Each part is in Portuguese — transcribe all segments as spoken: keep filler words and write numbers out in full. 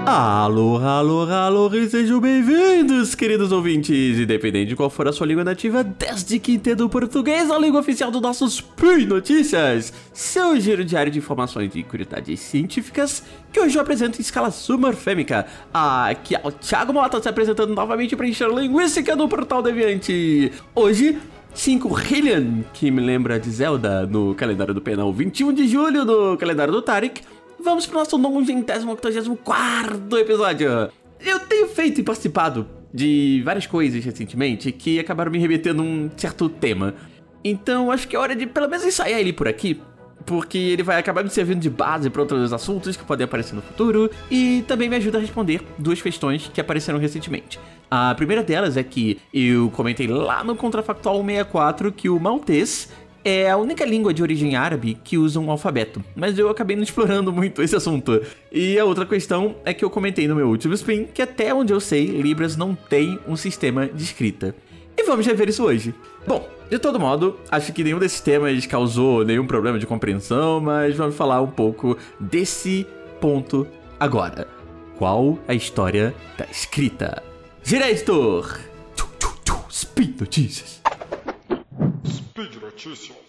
Alô, alô, alô, e sejam bem-vindos, queridos ouvintes, independente de qual for a sua língua nativa, desde que entenda o português, a língua oficial dos nossos Spin Notícias, seu giro diário de informações e curiosidades científicas, que hoje eu apresento em escala sumorfêmica. Aqui é o Thiago Mota se apresentando novamente para encher linguística no Portal Deviante. Hoje, cinco Hylian, que me lembra de Zelda no calendário do Penal, vinte e um de julho no calendário do Tarek. Vamos pro nosso nonagésimo octogésimo quarto episódio. Eu tenho feito e participado de várias coisas recentemente que acabaram me remetendo a um certo tema. Então acho que é hora de pelo menos ensaiar ele por aqui, porque ele vai acabar me servindo de base para outros assuntos que podem aparecer no futuro e também me ajuda a responder duas questões que apareceram recentemente. A primeira delas é que eu comentei lá no Contrafactual cento e sessenta e quatro que o maltês é a única língua de origem árabe que usa um alfabeto, mas eu acabei não explorando muito esse assunto. E a outra questão é que eu comentei no meu último spin que até onde eu sei, Libras não tem um sistema de escrita. E vamos rever isso hoje. Bom, de todo modo, acho que nenhum desses temas causou nenhum problema de compreensão, mas vamos falar um pouco desse ponto agora. Qual a história da escrita? Gira, editor! Spin Notícias! Speed Notícias.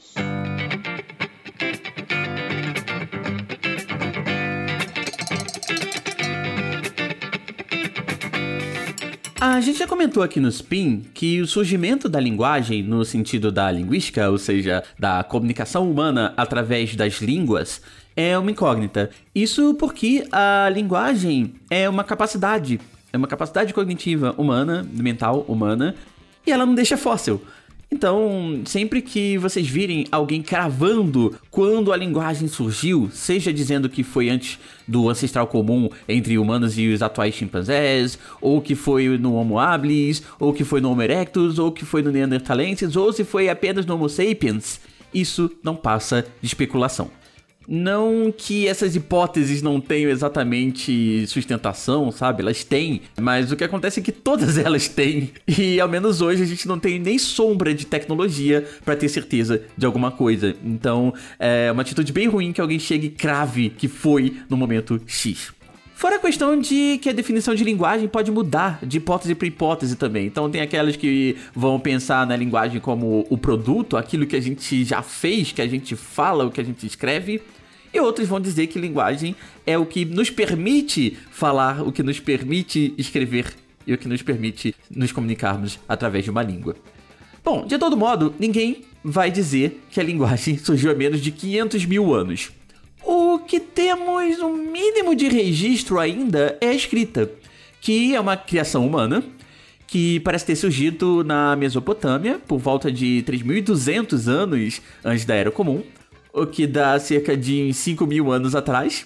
A gente já comentou aqui no Spin que o surgimento da linguagem, no sentido da linguística, ou seja, da comunicação humana através das línguas, é uma incógnita. Isso porque a linguagem é uma capacidade, é uma capacidade cognitiva humana, mental humana, e ela não deixa fóssil. Então, sempre que vocês virem alguém cravando quando a linguagem surgiu, seja dizendo que foi antes do ancestral comum entre humanos e os atuais chimpanzés, ou que foi no Homo habilis, ou que foi no Homo erectus, ou que foi no Neanderthalensis, ou se foi apenas no Homo sapiens, isso não passa de especulação. Não que essas hipóteses não tenham exatamente sustentação, sabe? Elas têm, mas o que acontece é que todas elas têm. E ao menos hoje a gente não tem nem sombra de tecnologia para ter certeza de alguma coisa. Então é uma atitude bem ruim que alguém chegue e crave que foi no momento X. Fora a questão de que a definição de linguagem pode mudar de hipótese para hipótese também. Então tem aquelas que vão pensar na linguagem como o produto, aquilo que a gente já fez, que a gente fala, o que a gente escreve. E outros vão dizer que linguagem é o que nos permite falar, o que nos permite escrever e o que nos permite nos comunicarmos através de uma língua. Bom, de todo modo, ninguém vai dizer que a linguagem surgiu há menos de quinhentos mil anos. O que temos um mínimo de registro ainda é a escrita, que é uma criação humana que parece ter surgido na Mesopotâmia por volta de três mil e duzentos anos antes da Era Comum, o que dá cerca de cinco mil anos atrás.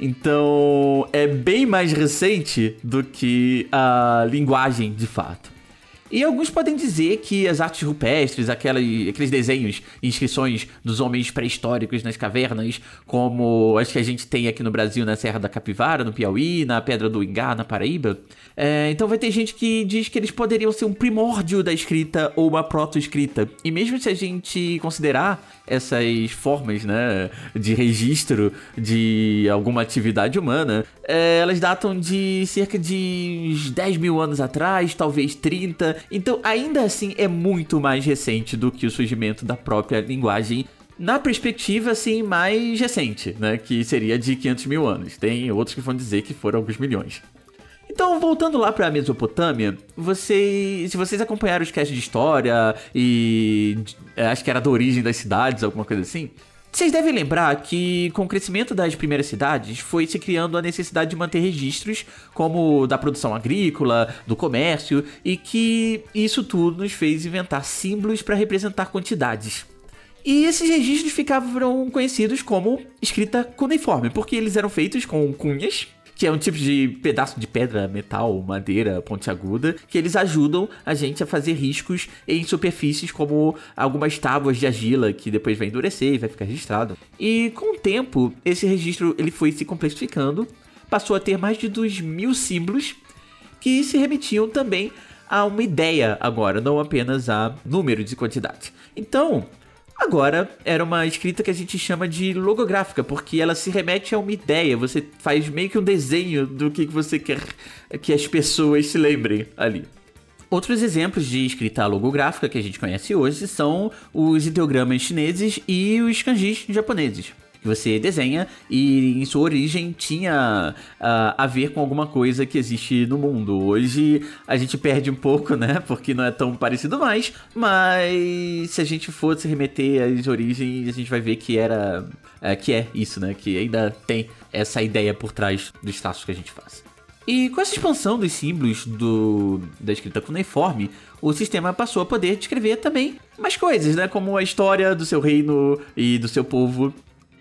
Então é bem mais recente do que a linguagem de fato. E alguns podem dizer que as artes rupestres, aquelas, aqueles desenhos e inscrições dos homens pré-históricos nas cavernas, como as que a gente tem aqui no Brasil na Serra da Capivara, no Piauí, na Pedra do Ingá, na Paraíba. É, então vai ter gente que diz que eles poderiam ser um primórdio da escrita ou uma proto-escrita. E mesmo se a gente considerar essas formas, né, de registro de alguma atividade humana, é, elas datam de cerca de uns dez mil anos atrás, talvez trinta. Então ainda assim é muito mais recente do que o surgimento da própria linguagem, na perspectiva assim mais recente, né, que seria de quinhentos mil anos. Tem outros que vão dizer que foram alguns milhões. Então, voltando lá para a Mesopotâmia, vocês, se vocês acompanharam os casts de história e acho que era da origem das cidades, alguma coisa assim, vocês devem lembrar que com o crescimento das primeiras cidades foi se criando a necessidade de manter registros como da produção agrícola, do comércio, e que isso tudo nos fez inventar símbolos para representar quantidades. E esses registros ficavam conhecidos como escrita cuneiforme, porque eles eram feitos com cunhas, que é um tipo de pedaço de pedra, metal, madeira pontiaguda, que eles ajudam a gente a fazer riscos em superfícies como algumas tábuas de argila, que depois vai endurecer e vai ficar registrado. E com o tempo, esse registro ele foi se complexificando, passou a ter mais de dois mil símbolos, que se remetiam também a uma ideia agora, não apenas a números e quantidade. Então, Agora, era uma escrita que a gente chama de logográfica, porque ela se remete a uma ideia. Você faz meio que um desenho do que você quer que as pessoas se lembrem ali. Outros exemplos de escrita logográfica que a gente conhece hoje são os ideogramas chineses e os kanjis japoneses, que você desenha e em sua origem tinha uh, a ver com alguma coisa que existe no mundo. Hoje a gente perde um pouco, né, porque não é tão parecido mais, mas se a gente for se remeter às origens, a gente vai ver que era, uh, que é isso, né, que ainda tem essa ideia por trás dos traços que a gente faz. E com essa expansão dos símbolos do, da escrita cuneiforme, o sistema passou a poder descrever também mais coisas, né, como a história do seu reino e do seu povo.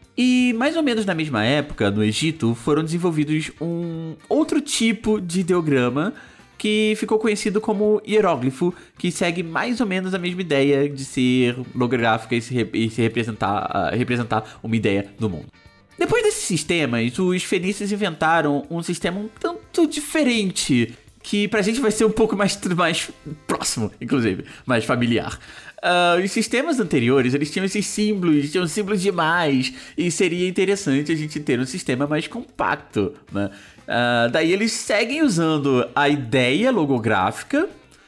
E mais ou menos na mesma época, no Egito, foram desenvolvidos um outro tipo de ideograma que ficou conhecido como hieróglifo, que segue mais ou menos a mesma ideia de ser logográfica e se, re- e se representar, uh, representar uma ideia do mundo. Depois desses sistemas, os fenícios inventaram um sistema um tanto diferente, que pra gente vai ser um pouco mais, mais próximo, inclusive, mais familiar. Uh, os sistemas anteriores, eles tinham esses símbolos, tinham símbolos demais, e seria interessante a gente ter um sistema mais compacto, né? Uh, daí eles seguem usando a ideia logográfica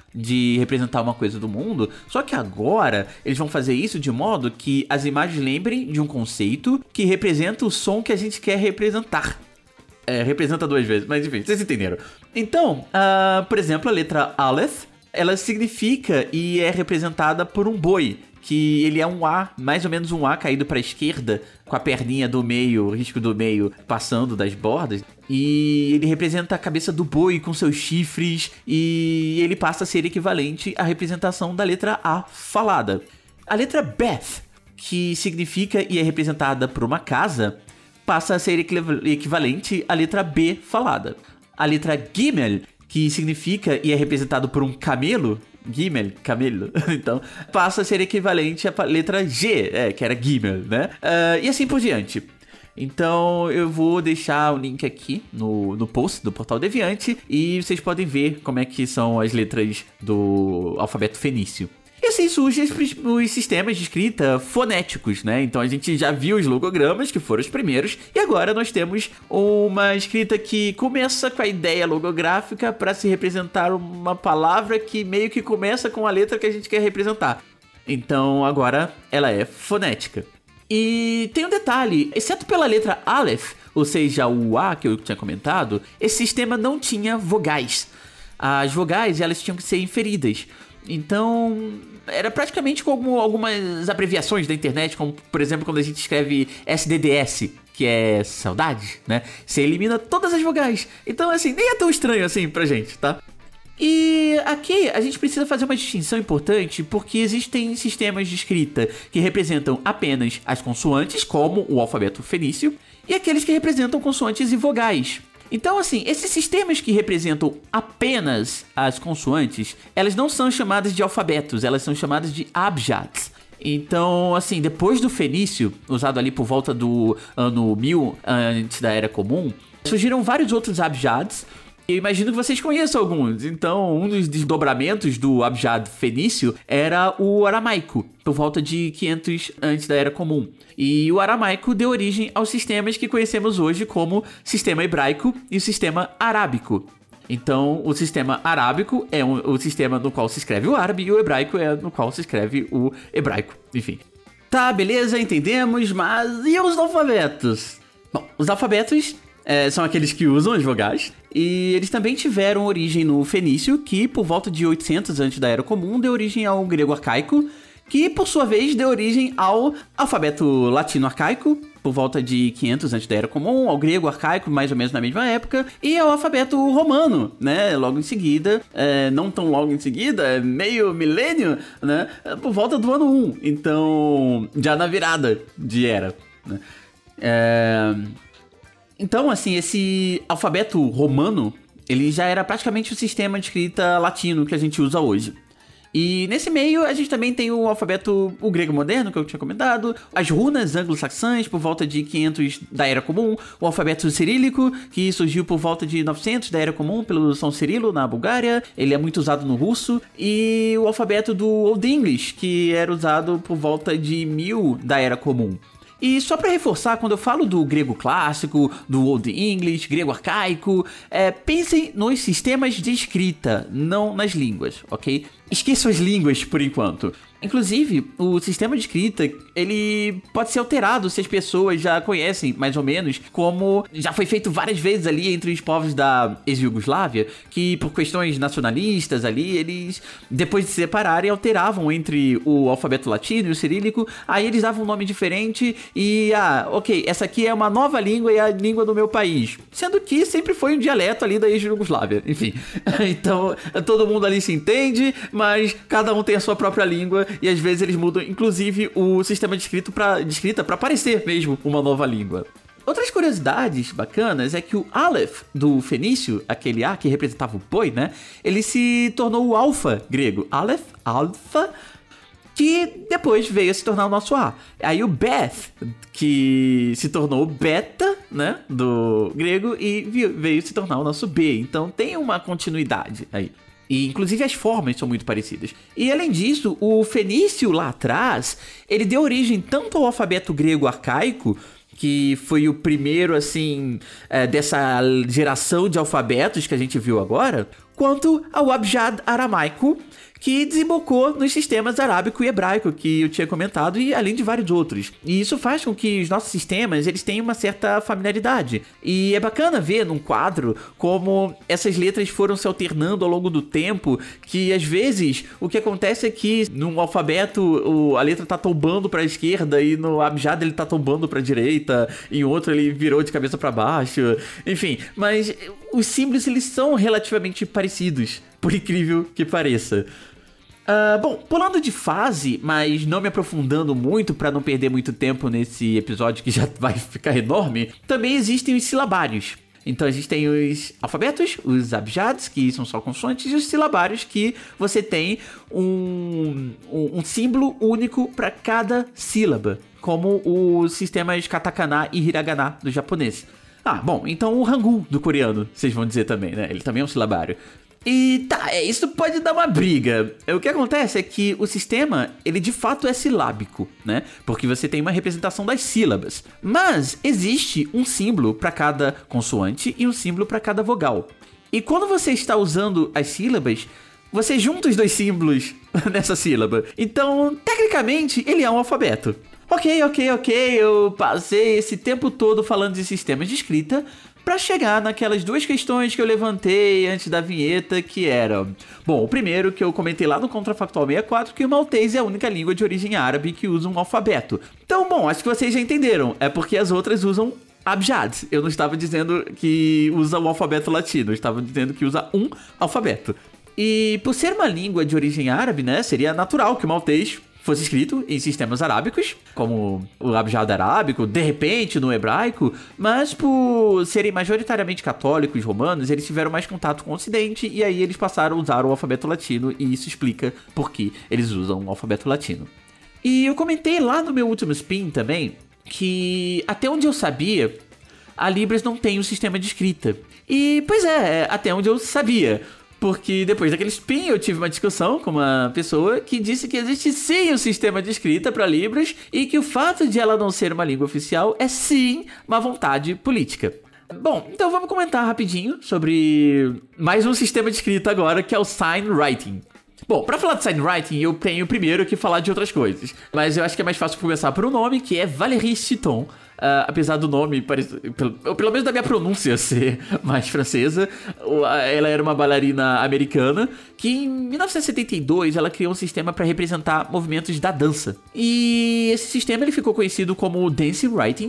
de representar uma coisa do mundo, só que agora eles vão fazer isso de modo que as imagens lembrem de um conceito que representa o som que a gente quer representar. É, representa duas vezes, mas enfim, vocês entenderam. Então, uh, por exemplo, a letra Aleph, ela significa e é representada por um boi, que ele é um A, mais ou menos um A caído para a esquerda, com a perninha do meio, o risco do meio passando das bordas. E ele representa a cabeça do boi com seus chifres, e ele passa a ser equivalente à representação da letra A falada. A letra Beth, que significa e é representada por uma casa, passa a ser equivalente à letra B falada. A letra Gimel, que significa e é representado por um camelo, Gimel, camelo, então passa a ser equivalente à letra G, é, que era Gimel, né? Uh, e assim por diante. Então eu vou deixar o link aqui no, no post do Portal Deviante e vocês podem ver como é que são as letras do alfabeto fenício. E assim surgem os sistemas de escrita fonéticos, né? Então a gente já viu os logogramas, que foram os primeiros, e agora nós temos uma escrita que começa com a ideia logográfica para se representar uma palavra que meio que começa com a letra que a gente quer representar. Então agora ela é fonética. E tem um detalhe, exceto pela letra Aleph, ou seja, o A que eu tinha comentado, esse sistema não tinha vogais. As vogais, elas tinham que ser inferidas. Então, era praticamente como algumas abreviações da internet, como, por exemplo, quando a gente escreve S D D S, que é saudade, né? Você elimina todas as vogais. Então, assim, nem é tão estranho assim pra gente, tá? E aqui a gente precisa fazer uma distinção importante, porque existem sistemas de escrita que representam apenas as consoantes, como o alfabeto fenício, e aqueles que representam consoantes e vogais. Então, assim, esses sistemas que representam apenas as consoantes, elas não são chamadas de alfabetos, elas são chamadas de abjads. Então, assim, depois do fenício, usado ali por volta do ano mil antes da Era Comum, surgiram vários outros abjads. Eu imagino que vocês conheçam alguns. Então, um dos desdobramentos do abjad fenício era o aramaico, por volta de quinhentos antes da Era Comum. E o aramaico deu origem aos sistemas que conhecemos hoje como sistema hebraico e sistema arábico. Então, o sistema arábico é um, o sistema no qual se escreve o árabe e o hebraico é no qual se escreve o hebraico. Enfim. Tá, beleza, entendemos, mas e os alfabetos? Bom, os alfabetos é, são aqueles que usam as vogais. E eles também tiveram origem no fenício, que por volta de oitocentos antes da Era Comum deu origem ao grego arcaico, que por sua vez deu origem ao alfabeto latino arcaico, por volta de quinhentos antes da Era Comum, ao grego arcaico, mais ou menos na mesma época, e ao alfabeto romano, né, logo em seguida, é, não tão logo em seguida, meio milênio, né, por volta do ano um, então já na virada de era, né. É... Então, assim, esse alfabeto romano, ele já era praticamente o sistema de escrita latino que a gente usa hoje. E nesse meio a gente também tem o alfabeto, o grego moderno, que eu tinha comentado, as runas anglo-saxãs por volta de quinhentos da Era Comum, o alfabeto cirílico, que surgiu por volta de novecentos da Era Comum pelo São Cirilo na Bulgária, ele é muito usado no russo, e o alfabeto do Old English, que era usado por volta de mil da Era Comum. E só para reforçar, quando eu falo do grego clássico, do Old English, grego arcaico, é, pensem nos sistemas de escrita, não nas línguas, ok? Esqueçam as línguas por enquanto. Inclusive, o sistema de escrita, ele pode ser alterado se as pessoas já conhecem, mais ou menos, como já foi feito várias vezes ali entre os povos da ex-Yugoslávia, que por questões nacionalistas ali, eles, depois de se separarem, alteravam entre o alfabeto latino e o cirílico, aí eles davam um nome diferente e, ah, ok, essa aqui é uma nova língua e é a língua do meu país. Sendo que sempre foi um dialeto ali da ex-Yugoslávia, enfim. Então, todo mundo ali se entende, mas cada um tem a sua própria língua. E às vezes eles mudam, inclusive, o sistema de, escrito pra, de escrita para parecer mesmo uma nova língua. Outras curiosidades bacanas é que o Aleph do fenício, aquele A que representava o boi, né? Ele se tornou o alfa grego. Aleph, alfa, que depois veio a se tornar o nosso A. Aí o Beth, que se tornou o beta, né? Do grego e veio se tornar o nosso B. Então tem uma continuidade aí. E inclusive as formas são muito parecidas. E além disso, o fenício lá atrás, ele deu origem tanto ao alfabeto grego arcaico, que foi o primeiro, assim, é, dessa geração de alfabetos que a gente viu agora, quanto ao abjad aramaico, que desembocou nos sistemas arábico e hebraico que eu tinha comentado, e além de vários outros. E isso faz com que os nossos sistemas eles tenham uma certa familiaridade. E é bacana ver num quadro como essas letras foram se alternando ao longo do tempo, que às vezes o que acontece é que num alfabeto o, a letra tá tombando para a esquerda e no abjad ele tá tombando para a direita, em outro ele virou de cabeça para baixo, enfim. Mas os símbolos eles são relativamente parecidos, por incrível que pareça. Uh, bom, pulando de fase, mas não me aprofundando muito para não perder muito tempo nesse episódio que já vai ficar enorme, também existem os silabários. Então existem os alfabetos, os abjads, que são só consoantes, e os silabários, que você tem um, um, um símbolo único para cada sílaba, como os sistemas katakana e hiragana do japonês. Ah, bom, então o hangul do coreano, vocês vão dizer também, né? Ele também é um silabário. E tá, é, isso pode dar uma briga. O que acontece é que o sistema, ele de fato é silábico, né? Porque você tem uma representação das sílabas. Mas existe um símbolo para cada consoante e um símbolo para cada vogal. E quando você está usando as sílabas, você junta os dois símbolos nessa sílaba. Então, tecnicamente, ele é um alfabeto. Ok, ok, ok, eu passei esse tempo todo falando de sistemas de escrita para chegar naquelas duas questões que eu levantei antes da vinheta, que eram... Bom, o primeiro que eu comentei lá no Contrafactual sessenta e quatro, que o maltês é a única língua de origem árabe que usa um alfabeto. Então, bom, acho que vocês já entenderam. É porque as outras usam abjad. Eu não estava dizendo que usa o alfabeto latino, eu estava dizendo que usa um alfabeto. E por ser uma língua de origem árabe, né, seria natural que o maltês fosse escrito em sistemas arábicos, como o abjad arábico, de repente no hebraico, mas por serem majoritariamente católicos romanos, eles tiveram mais contato com o ocidente e aí eles passaram a usar o alfabeto latino, e isso explica por que eles usam o alfabeto latino. E eu comentei lá no meu último spin também que, até onde eu sabia, a Libras não tem um sistema de escrita. E, pois é, até onde eu sabia. Porque depois daquele spin eu tive uma discussão com uma pessoa que disse que existe sim um sistema de escrita para Libras e que o fato de ela não ser uma língua oficial é sim uma vontade política. Bom, então vamos comentar rapidinho sobre mais um sistema de escrita agora, que é o Sign Writing. Bom, pra falar de Sign Writing, eu tenho primeiro que falar de outras coisas. Mas eu acho que é mais fácil começar por um nome, que é Valérie Chiton. Uh, apesar do nome, pelo, pelo menos da minha pronúncia ser mais francesa, ela era uma bailarina americana que em mil novecentos e setenta e dois ela criou um sistema para representar movimentos da dança. E esse sistema ele ficou conhecido como Dance Writing.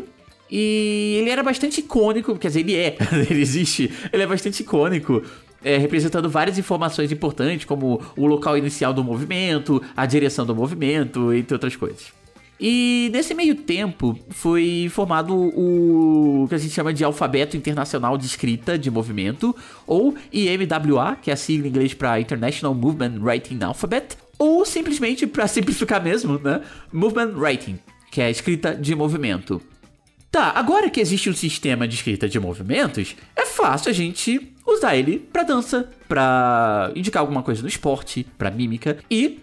E ele era bastante icônico, quer dizer, ele é, ele existe, ele é bastante icônico. É, representando várias informações importantes, como o local inicial do movimento, a direção do movimento, entre outras coisas. E nesse meio tempo foi formado o que a gente chama de Alfabeto Internacional de Escrita de Movimento, ou I M W A, que é a sigla em inglês para International Movement Writing Alphabet, ou simplesmente, para simplificar mesmo, né, Movement Writing, que é a escrita de movimento. Tá, agora que existe um sistema de escrita de movimentos, é fácil a gente usar ele pra dança, pra indicar alguma coisa no esporte, pra mímica e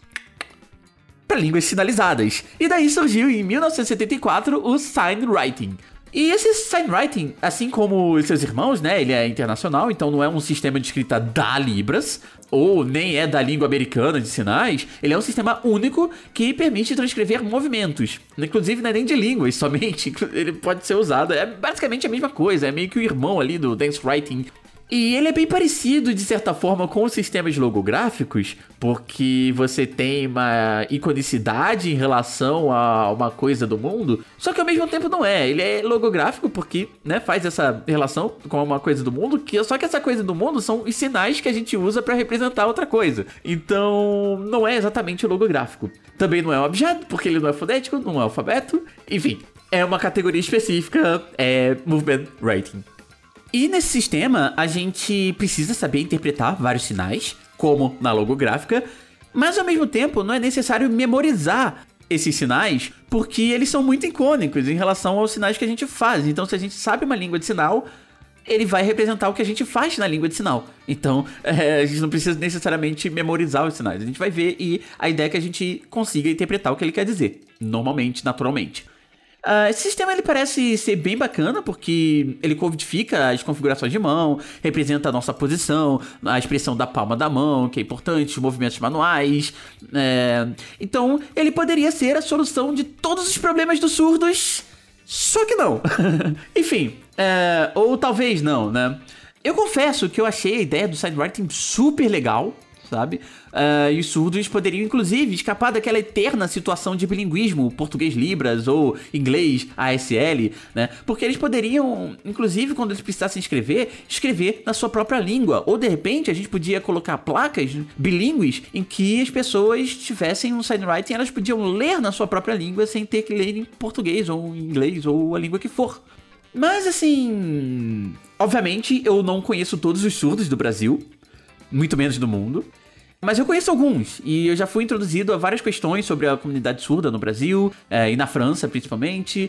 pra línguas sinalizadas. E daí surgiu em mil novecentos e setenta e quatro o Sign Writing. E esse Sign Writing, assim como seus irmãos, né, ele é internacional, então não é um sistema de escrita da Libras, ou nem é da língua americana de sinais, ele é um sistema único que permite transcrever movimentos. Inclusive não é nem de línguas somente, ele pode ser usado, é basicamente a mesma coisa, é meio que o irmão ali do Dance Writing. E ele é bem parecido, de certa forma, com os sistemas logográficos, porque você tem uma iconicidade em relação a uma coisa do mundo, só que ao mesmo tempo não é. Ele é logográfico porque, né, faz essa relação com uma coisa do mundo, que, só que essa coisa do mundo são os sinais que a gente usa para representar outra coisa. Então, não é exatamente logográfico. Também não é um objeto, porque ele não é fonético, não é alfabeto. Enfim, é uma categoria específica, é Movement Writing. E nesse sistema, a gente precisa saber interpretar vários sinais, como na logográfica, mas ao mesmo tempo não é necessário memorizar esses sinais, porque eles são muito icônicos em relação aos sinais que a gente faz. Então, se a gente sabe uma língua de sinal, ele vai representar o que a gente faz na língua de sinal. Então, é, a gente não precisa necessariamente memorizar os sinais. A gente vai ver e a ideia é que a gente consiga interpretar o que ele quer dizer, normalmente, naturalmente. Uh, esse sistema ele parece ser bem bacana porque ele codifica as configurações de mão, representa a nossa posição, a expressão da palma da mão, que é importante, os movimentos manuais. É... Então, ele poderia ser a solução de todos os problemas dos surdos, só que não. Enfim, é... ou talvez não, né? Eu confesso que eu achei a ideia do Sign Writing super legal, sabe? Uh, e os surdos poderiam, inclusive, escapar daquela eterna situação de bilinguismo, português Libras ou inglês A S L, né? Porque eles poderiam, inclusive, quando eles precisassem escrever, escrever na sua própria língua. Ou, de repente, a gente podia colocar placas bilíngues em que as pessoas tivessem um sign writing e elas podiam ler na sua própria língua sem ter que ler em português ou em inglês ou a língua que for. Mas, assim... Obviamente, eu não conheço todos os surdos do Brasil, muito menos do mundo. Mas eu conheço alguns, e eu já fui introduzido a várias questões sobre a comunidade surda no Brasil, é, e na França principalmente,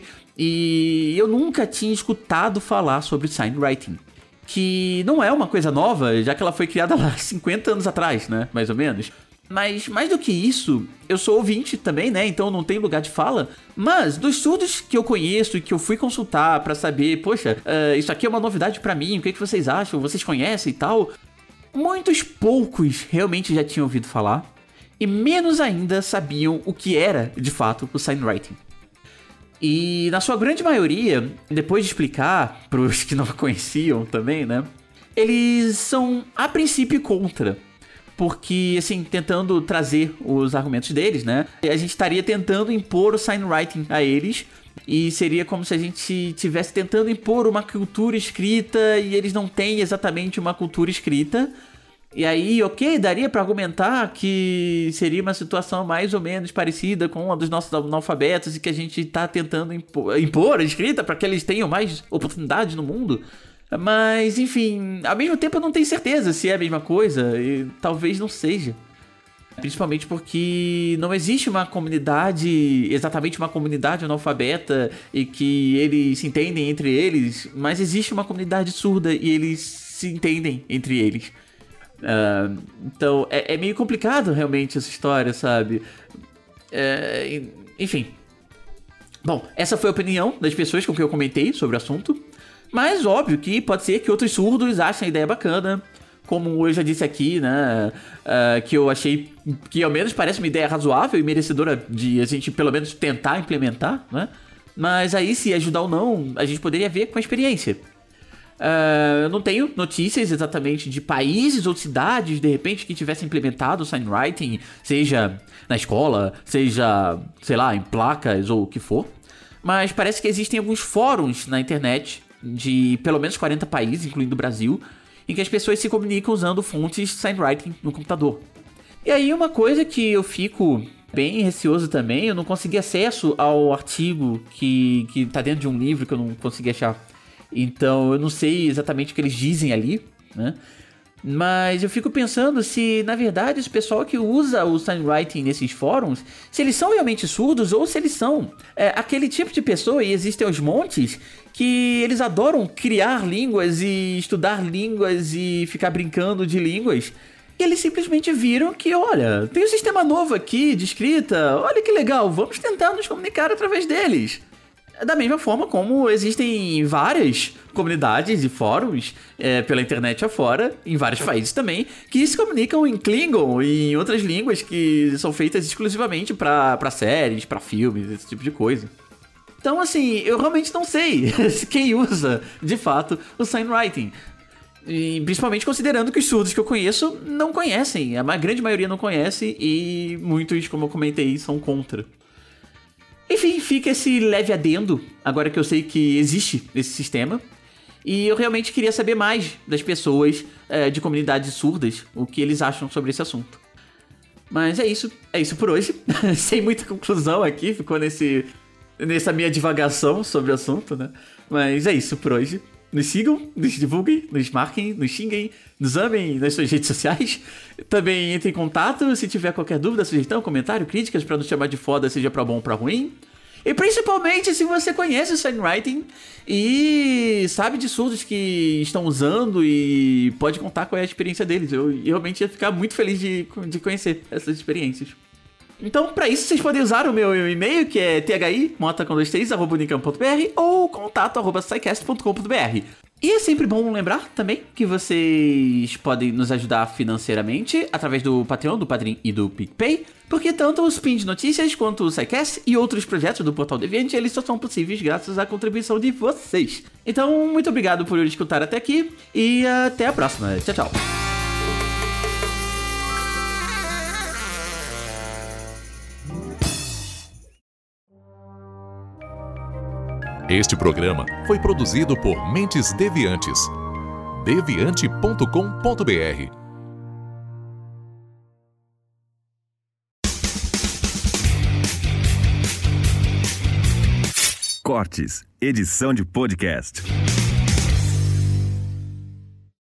e eu nunca tinha escutado falar sobre Sign Writing, que não é uma coisa nova, já que ela foi criada lá cinquenta anos atrás, né, mais ou menos. Mas, mais do que isso, eu sou ouvinte também, né, então não tenho lugar de fala, mas dos surdos que eu conheço e que eu fui consultar pra saber, poxa, uh, isso aqui é uma novidade pra mim, o que, é que vocês acham, vocês conhecem e tal... Muitos poucos realmente já tinham ouvido falar, e menos ainda sabiam o que era, de fato, o Sign Writing. E, na sua grande maioria, depois de explicar para os que não conheciam também, né, eles são, a princípio, contra. Porque, assim, tentando trazer os argumentos deles, né, a gente estaria tentando impor o Sign Writing a eles, e seria como se a gente estivesse tentando impor uma cultura escrita e eles não têm exatamente uma cultura escrita. E aí, ok, daria para argumentar que seria uma situação mais ou menos parecida com a dos nossos analfabetos e que a gente está tentando impor, impor a escrita para que eles tenham mais oportunidades no mundo. Mas, enfim, ao mesmo tempo eu não tenho certeza se é a mesma coisa e talvez não seja. Principalmente porque não existe uma comunidade, exatamente uma comunidade analfabeta e que eles se entendem entre eles, mas existe uma comunidade surda e eles se entendem entre eles. Uh, então é, é meio complicado realmente essa história, sabe? É, enfim. Bom, essa foi a opinião das pessoas com quem eu comentei sobre o assunto, mas óbvio que pode ser que outros surdos achem a ideia bacana. Como eu já disse aqui, né, uh, que eu achei que ao menos parece uma ideia razoável e merecedora de a gente pelo menos tentar implementar, né? Mas aí se ajudar ou não, a gente poderia ver com a experiência. Uh, eu não tenho notícias exatamente de países ou cidades, de repente, que tivessem implementado o Sign Writing, seja na escola, seja, sei lá, em placas ou o que for. Mas parece que existem alguns fóruns na internet de pelo menos quarenta países, incluindo o Brasil, em que as pessoas se comunicam usando fontes Sign Writing no computador. E aí uma coisa que eu fico bem receoso também, eu não consegui acesso ao artigo que, que tá dentro de um livro que eu não consegui achar. Então eu não sei exatamente o que eles dizem ali, né? Mas eu fico pensando se, na verdade, esse pessoal que usa o signwriting nesses fóruns, se eles são realmente surdos ou se eles são é, aquele tipo de pessoa, e existem aos montes, que eles adoram criar línguas e estudar línguas e ficar brincando de línguas. E eles simplesmente viram que, olha, tem um sistema novo aqui de escrita, olha que legal, vamos tentar nos comunicar através deles. Da mesma forma como existem várias comunidades e fóruns é, pela internet afora, em vários países também, que se comunicam em Klingon e em outras línguas que são feitas exclusivamente para séries, para filmes, esse tipo de coisa. Então, assim, eu realmente não sei quem usa, de fato, o signwriting. E principalmente considerando que os surdos que eu conheço não conhecem. A grande maioria não conhece e muitos, como eu comentei, são contra. Enfim, fica esse leve adendo, agora que eu sei que existe esse sistema. E eu realmente queria saber mais das pessoas é, de comunidades surdas, o que eles acham sobre esse assunto. Mas é isso, é isso por hoje. Sem muita conclusão aqui, ficou nesse, nessa minha divagação sobre o assunto, né? Mas é isso por hoje. Nos sigam, nos divulguem, nos marquem, nos xinguem, nos amem nas suas redes sociais. Também entre em contato se tiver qualquer dúvida, sugestão, comentário, críticas, pra nos chamar de foda, seja pra bom ou pra ruim. E principalmente se você conhece o signwriting e sabe de surdos que estão usando e pode contar qual é a experiência deles. Eu, eu realmente ia ficar muito feliz de, de conhecer essas experiências. Então, pra isso, vocês podem usar o meu e-mail, que é thi mota com dois t's, arroba unicamp ponto br, ou contato arroba scicast ponto com ponto br. E é sempre bom lembrar também que vocês podem nos ajudar financeiramente através do Patreon, do Padrim e do PicPay, porque tanto o Spin de Notícias quanto o SciCast e outros projetos do Portal Deviante, eles só são possíveis graças à contribuição de vocês. Então, muito obrigado por escutar até aqui e até a próxima. Tchau, tchau. Este programa foi produzido por Mentes Deviantes. deviante ponto com ponto br. Cortes, edição de podcast.